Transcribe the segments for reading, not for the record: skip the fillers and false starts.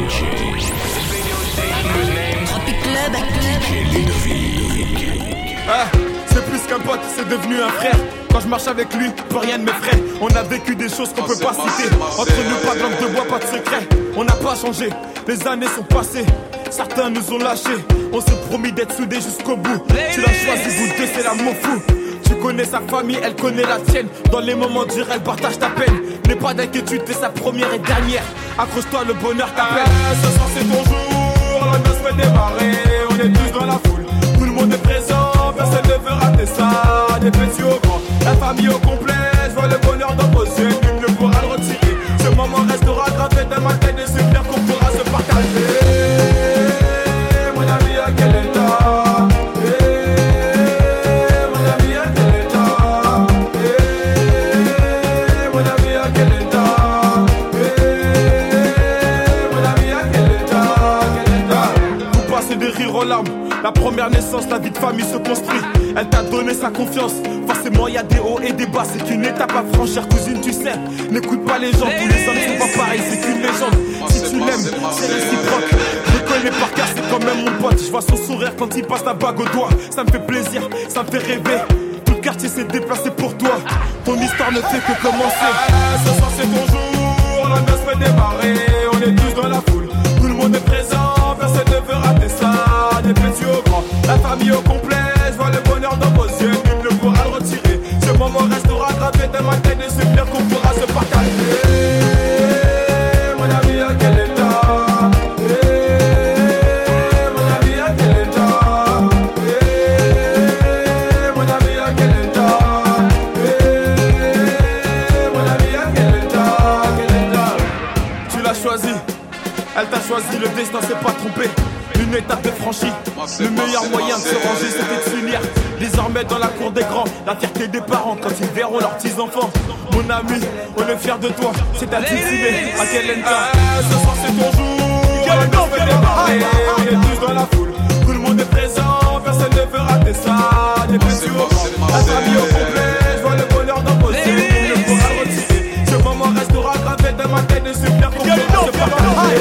Tropic Club. DJ Ludovic. C'est plus qu'un pote, c'est devenu un frère. Quand je marche avec lui, plus rien ne m'effraie. On a vécu des choses qu'on peut pas citer. Entre nous, pas de langue de bois, pas de secret. On n'a pas changé, les années sont passées. Certains nous ont lâchés. On s'est promis d'être soudés jusqu'au bout. Tu l'as choisi, vous deux, c'est l'amour fou. Tu connais sa famille, elle connaît la tienne. Dans les moments durs, elle partage ta peine. N'aie pas d'inquiétude, t'es sa première et dernière. Accroche-toi, le bonheur t'appelle. Ce soir c'est ton jour, la noce fait démarrer. On est tous dans la foule, tout le monde est présent. Personne ne veut rater ça, des petits au grand. La famille au complet, je vois le bonheur dans vos yeux. Nul ne pourra le retirer. Ce moment restera gravé dans ma tête. Et c'est clair qu'on pourra se partager. Mon ami, à quel état? La première naissance, la vie de famille se construit. Elle t'a donné sa confiance. Forcément y a des hauts et des bas. C'est qu'une étape à franchir, cousine, tu sais. N'écoute pas les gens, tous les hommes sont pas pareils. C'est qu'une légende, si tu l'aimes, c'est réciproque. Je le connais par cœur, c'est quand même mon pote. Je vois son sourire quand il passe la bague au doigt. Ça me fait plaisir, ça me fait rêver. Tout le quartier s'est déplacé pour toi. Ton histoire ne fait que commencer. Ce soir c'est ton jour, la noce fait démarrer. On est tous dans la foule, tout le monde est présent. Personne ne veut rater ça, des petits au grand. La famille au complet, je vois le bonheur dans vos yeux. Nul ne pourra le retirer. Ce moment restera gravé dans ma tête. Et c'est clair qu'on pourra se partager. Mon ami, à quel état? Mon ami, à quel état? Mon ami, à quel état? Mon ami, à quel état? Tu l'as choisi, elle t'a choisi, le destin s'est pas trompé. Une étape est franchie, le meilleur moyen de se ranger c'était de s'unir. Désormais dans la cour des grands, la fierté des parents quand ils verront leurs petits enfants. Mon ami, on est fiers de toi, c'est ta petite idée, à quel endroit. Ce soir c'est ton jour, la noce fait démarrer. On est tous dans la foule, tout le monde est présent. Personne ne veut rater ça, des petits au grand. La famille au complet, je vois le bonheur dans vos yeux. Nul ne pourra le retirer. Ce moment restera gravé dans ma tête. Et c'est clair qu'on pourra se partager.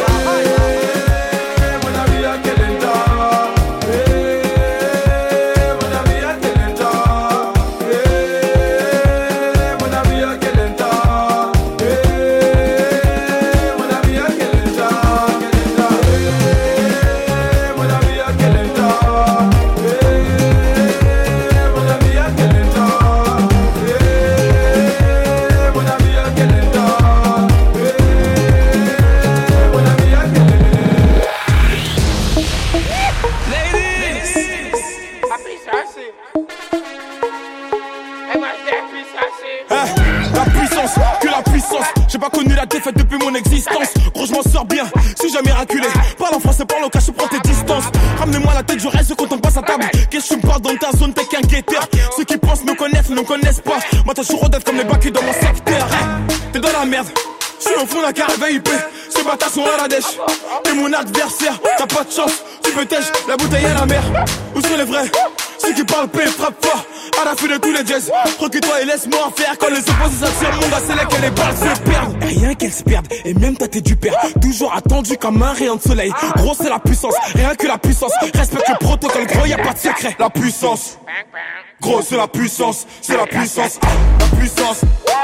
J'ai pas connu la défaite depuis mon existence. Gros je m'en sors bien, suis jamais miraculé. Parle en français, parle au cas, je prends tes distances. Ramenez-moi la tête, je reste quand on passe à table. Qu'est-ce que tu me parles dans ta zone, t'es qu'un guetteur. Ceux qui pensent me connaissent, ne me connaissent pas. Moi t'as toujours d'être comme les bacs dans mon secteur. T'es dans la merde, je suis au fond d'un carré VIP. Ces bâtards sont à la dèche. T'es mon adversaire, t'as pas de chance. Tu peux tèche, la bouteille à la mer. Où sont les vrais? Ceux qui parlent paix, frappe fort. À la fin de tous les jazz, recule-toi et laisse-moi en faire. Quand les opposés s'attirent, mon gars, c'est là que les balles se perdent. Rien qu'elles se perdent, et même ta tête du père. Toujours attendu comme un rayon de soleil. Gros, c'est la puissance, rien que la puissance. Respecte le protocole, gros, y'a pas de secret. La puissance, gros, c'est la puissance, c'est la puissance. La puissance,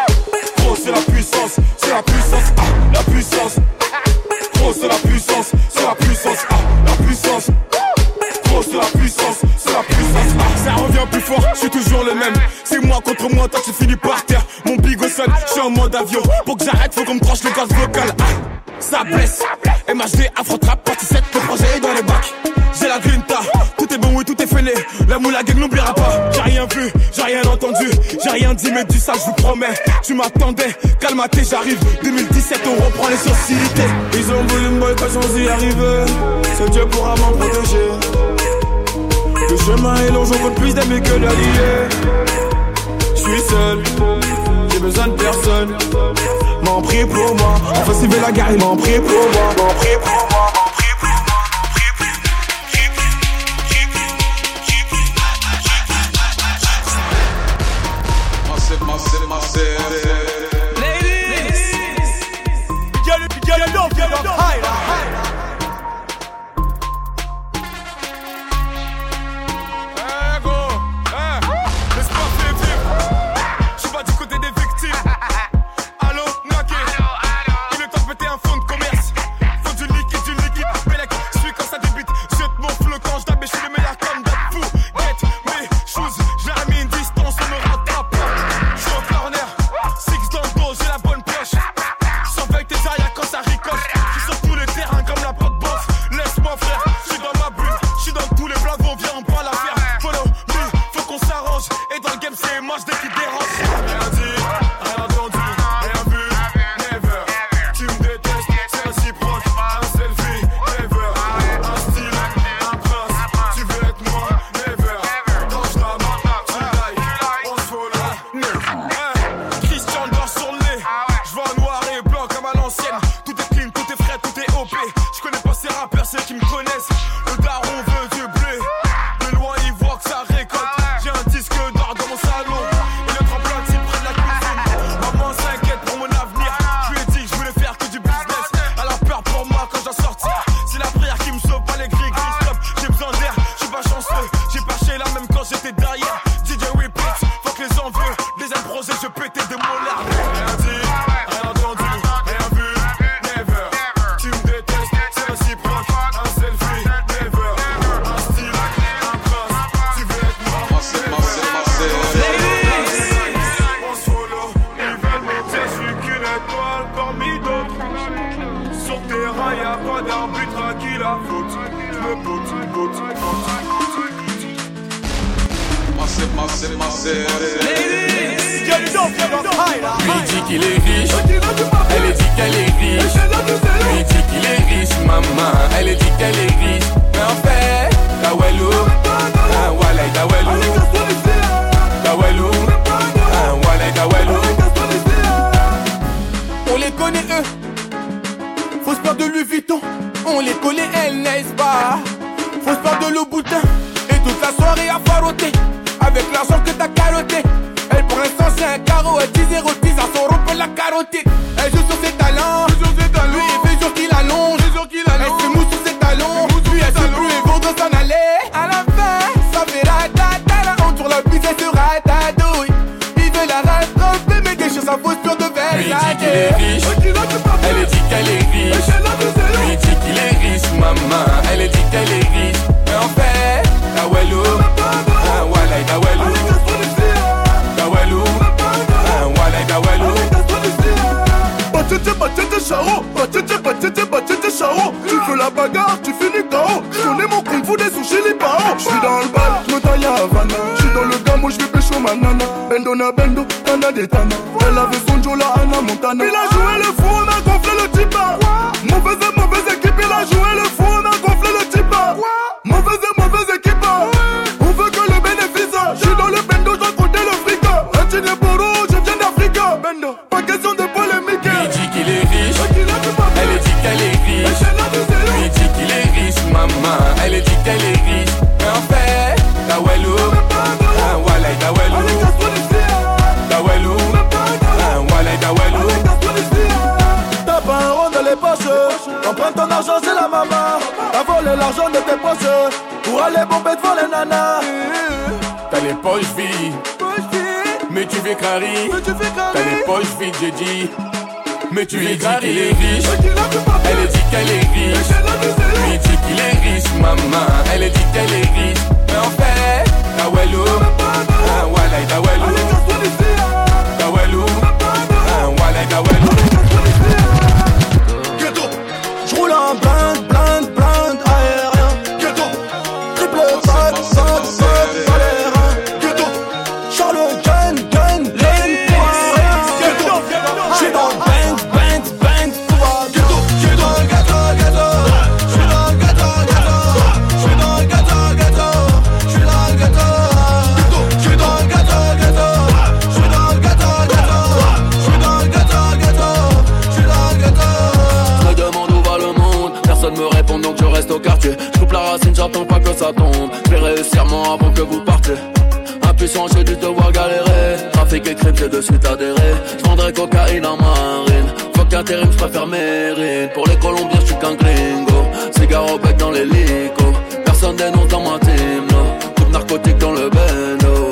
gros, c'est la puissance, c'est la puissance. La puissance, gros, c'est la puissance, c'est la puissance. La puissance. C'est la puissance, c'est la puissance. Ça revient plus fort, je suis toujours le même. C'est moi contre moi, toi tu finis par terre. Mon bigot sonne, je suis en mode avion. Pour que j'arrête, faut qu'on me tranche le gaz vocal. Ça blesse, MHD, Afro-Trap, partie 7, le projet est dans les bacs. J'ai la grinta, tout est bon, oui, tout est fêlé. La moula gang n'oubliera pas. J'ai rien vu, j'ai rien entendu, j'ai rien dit, mais du ça, je vous promets. Tu m'attendais, calme-toi, j'arrive. 2017, on reprend les sociétés. Ils ont voulu me boy quand j'en y arriver. C'est Dieu pourra m'en protéger. Le chemin est long, j'en compte plus d'amis que d'alliés. J'suis seul, j'ai besoin de personne. M'en prie pour moi, enfin s'il veut la gare, il m'en prie pour moi. M'en prie pour moi, m'en prie pour moi. Ladies, get it up, higher. Sur terrain y'a pas d'arbitre à qui la faute. J'me pote. Lui dit qu'il est riche, elle dit qu'elle est riche. Lui dit qu'il est riche, maman, elle dit qu'elle est riche. Mais en fait, Tawelou, Walay Tawelou, Tawelou, Walay Tawelou. On les connaît eux, faut se peur de Louis Vuitton. On les connaît elles, n'est-ce pas? Faut se peur de Louboutin. Et toute la soirée à faroter avec l'argent que t'as carotté. Elle pour l'instant c'est un carreau, elle 10-0-10 à son rond pour la carotée. Elle joue sur ses talents, lui il fait jour qu'il allonge. Elle se mousse sur ses talons, lui elle se brûle et vaudra s'en aller. À la fin, ça fait la honte sur la bise elle sera tatouille. Il veut la rattraper mais quelque chose à fausse pure de verre. Lui dit qu'il est riche, elle dit qu'elle est riche. Lui dit qu'il est riche, maman, elle dit qu'elle est riche. Mais en fait, Tawelou, Walay Tawelou, Tawelou, Walay Tawelou. Batete charo. Tu veux la bagarre, tu finis KO. J'connais mon kung fu des sushis les parents. J'suis dans le bal, j'me taille à Havana. J'suis dans le gamo, j'vais pécho ma nana. Bendo na bendo, tana de tana. Elle avait son Jola Anna Montana. Il a joué le fou, on a gonflé le tipa. Mauvaise équipe, il a joué le fou, on a gonflé le tipa. Mauvaise équipe. On veut que le bénéfice. J'suis dans le bendo, j'dois compter le fric. Un tine poro, je viens d'Afrique. Bendo, pas question de polémique. Lui dit qu'il est riche, elle dit qu'elle est riche. Lui dit qu'il est riche, maman, elle dit qu'elle est riche. Mais en fait, Tawelou, Walay Tawelou, Tawelou, Walay Tawelou. T'as pas un rond dans les poches. Emprunte ton argent, c'est la maman. T'as volé l'argent de tes poches pour aller bomber devant les nanas. T'as les poches vides, mais tu fais carré. T'as les poches vides, j'ai dit. Mais tu lui dis qu'il est riche, elle dit qu'elle est riche. Lui dit qu'il est riche, maman, elle dit qu'elle est riche. Mais en fait, Tawelou, Walay Tawelou, Tawelou, Walay Tawelou. Ghetto, j'roule en blind aérien. Ghetto, triple vague, aérien. Ghetto, Charles gun, lane pour un rien. Ghetto, j'suis dans le bang, tout va bien. Ghetto, j'suis dans le gâteau. J'suis dans le gâteau. J'suis dans le gâteau. J'suis dans le gâteau. J'suis dans le gâteau. J'suis dans le gâteau. J'suis dans le gâteau. J'suis dans le gâteau. Je me demande où va le monde, personne me répond donc je reste au quartier. Je coupe la racine, j'attends pas que ça tombe. Je vais réussir moi avant que vous partiez. Impuissant, j'ai dû te voir galérer. Trafic et crime, j'ai de suite adhéré. Je vendrai cocaïne en marine. Fuck intérim, je préfère Mérine. Pour les Colombiens, je suis qu'un gringo. Cigare au bec dans l'hélico. Personne dénonce dans ma team, no. Coupe narcotique dans le bendo.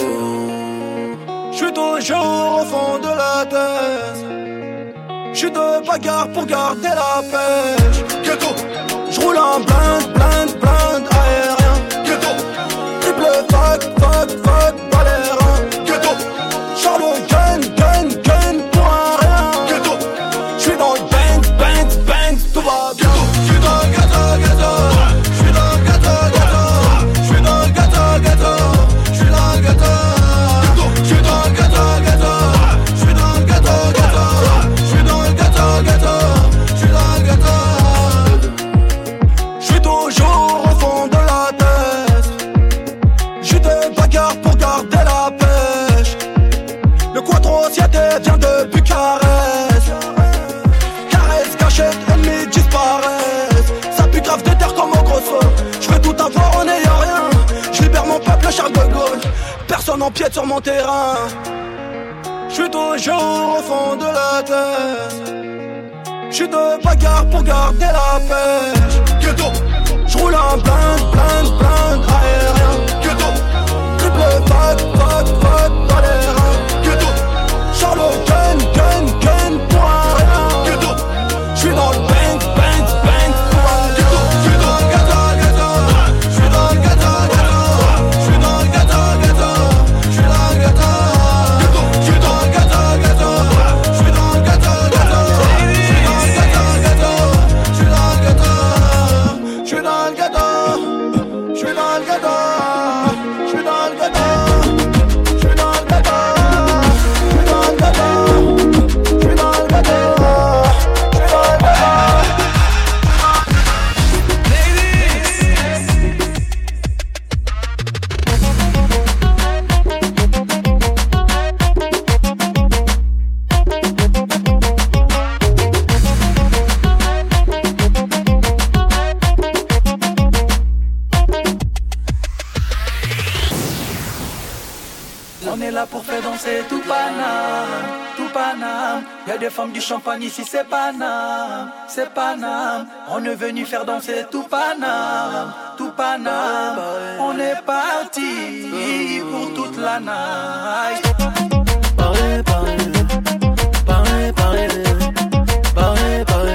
J'suis toujours au fond de la tête. J'suis de bagarre pour garder la pêche. Ghetto, j'roule en blind aérien. Ghetto, triple vague, balérin. Ghetto, Charles gun pour un rien. Ghetto, j'suis dans le bang, tout va bien. J'suis dans le gâteau. J'suis dans le gâteau. J'suis dans le gâteau. J'suis dans le gâteau. J'suis dans le gâteau. J'suis dans le gâteau. J'suis dans le gâteau. J'suis dans le gâteau. J'suis toujours au fond de la tête. J'suis de bagarre pour garder la pêche. Le quattro siete vient de Bucarest. Caresse, cachette, ennemis disparaissent. Ça pue grave de terre comme au grosso. J'veux tout avoir en ayant rien. J'libère mon peuple, Charles de Gaulle. Personne empiète sur mon terrain. J'suis toujours au fond de la tête. J'suis de bagarre pour garder la pêche. Ghetto, j'roule en blind aérien. Ghetto, triple vague, balérin. Ghetto, Charles gun pour un rien. Ghetto, j'suis dans le bang, pour un ghetto. J'suis dans le gâteau. J'suis dans le gâteau. J'suis dans le gâteau. J'suis dans le gâteau. J'suis dans le gâteau. J'suis dans le gâteau. J'suis dans le gâteau. danser tout Paname, tout Paname. Y'a des femmes du champagne ici, c'est Paname, c'est Paname. On est venu faire danser tout Paname, tout Paname. On est parti pour toute la night. Paré, paré, paré, paré, paré, paré.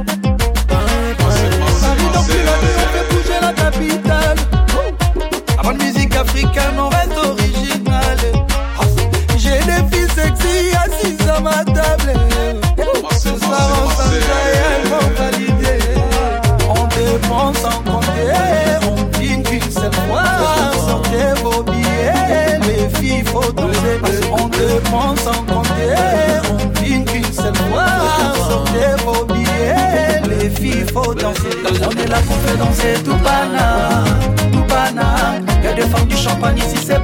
La capitale. La bonne musique africaine, on reste original. J'ai des filles sexy assises à ma table. Ce soir on s'enjaille, elles vont valider. On dépense sans compter, on dîne qu'une seule fois. Sortez vos billets, les filles faut danser. On dépense sans compter, on dîne qu'une seule fois. Sortez vos billets, les filles faut danser. On est là pour faire danser tout Paname, tout Paname. Y'a des femmes du champagne ici, c'est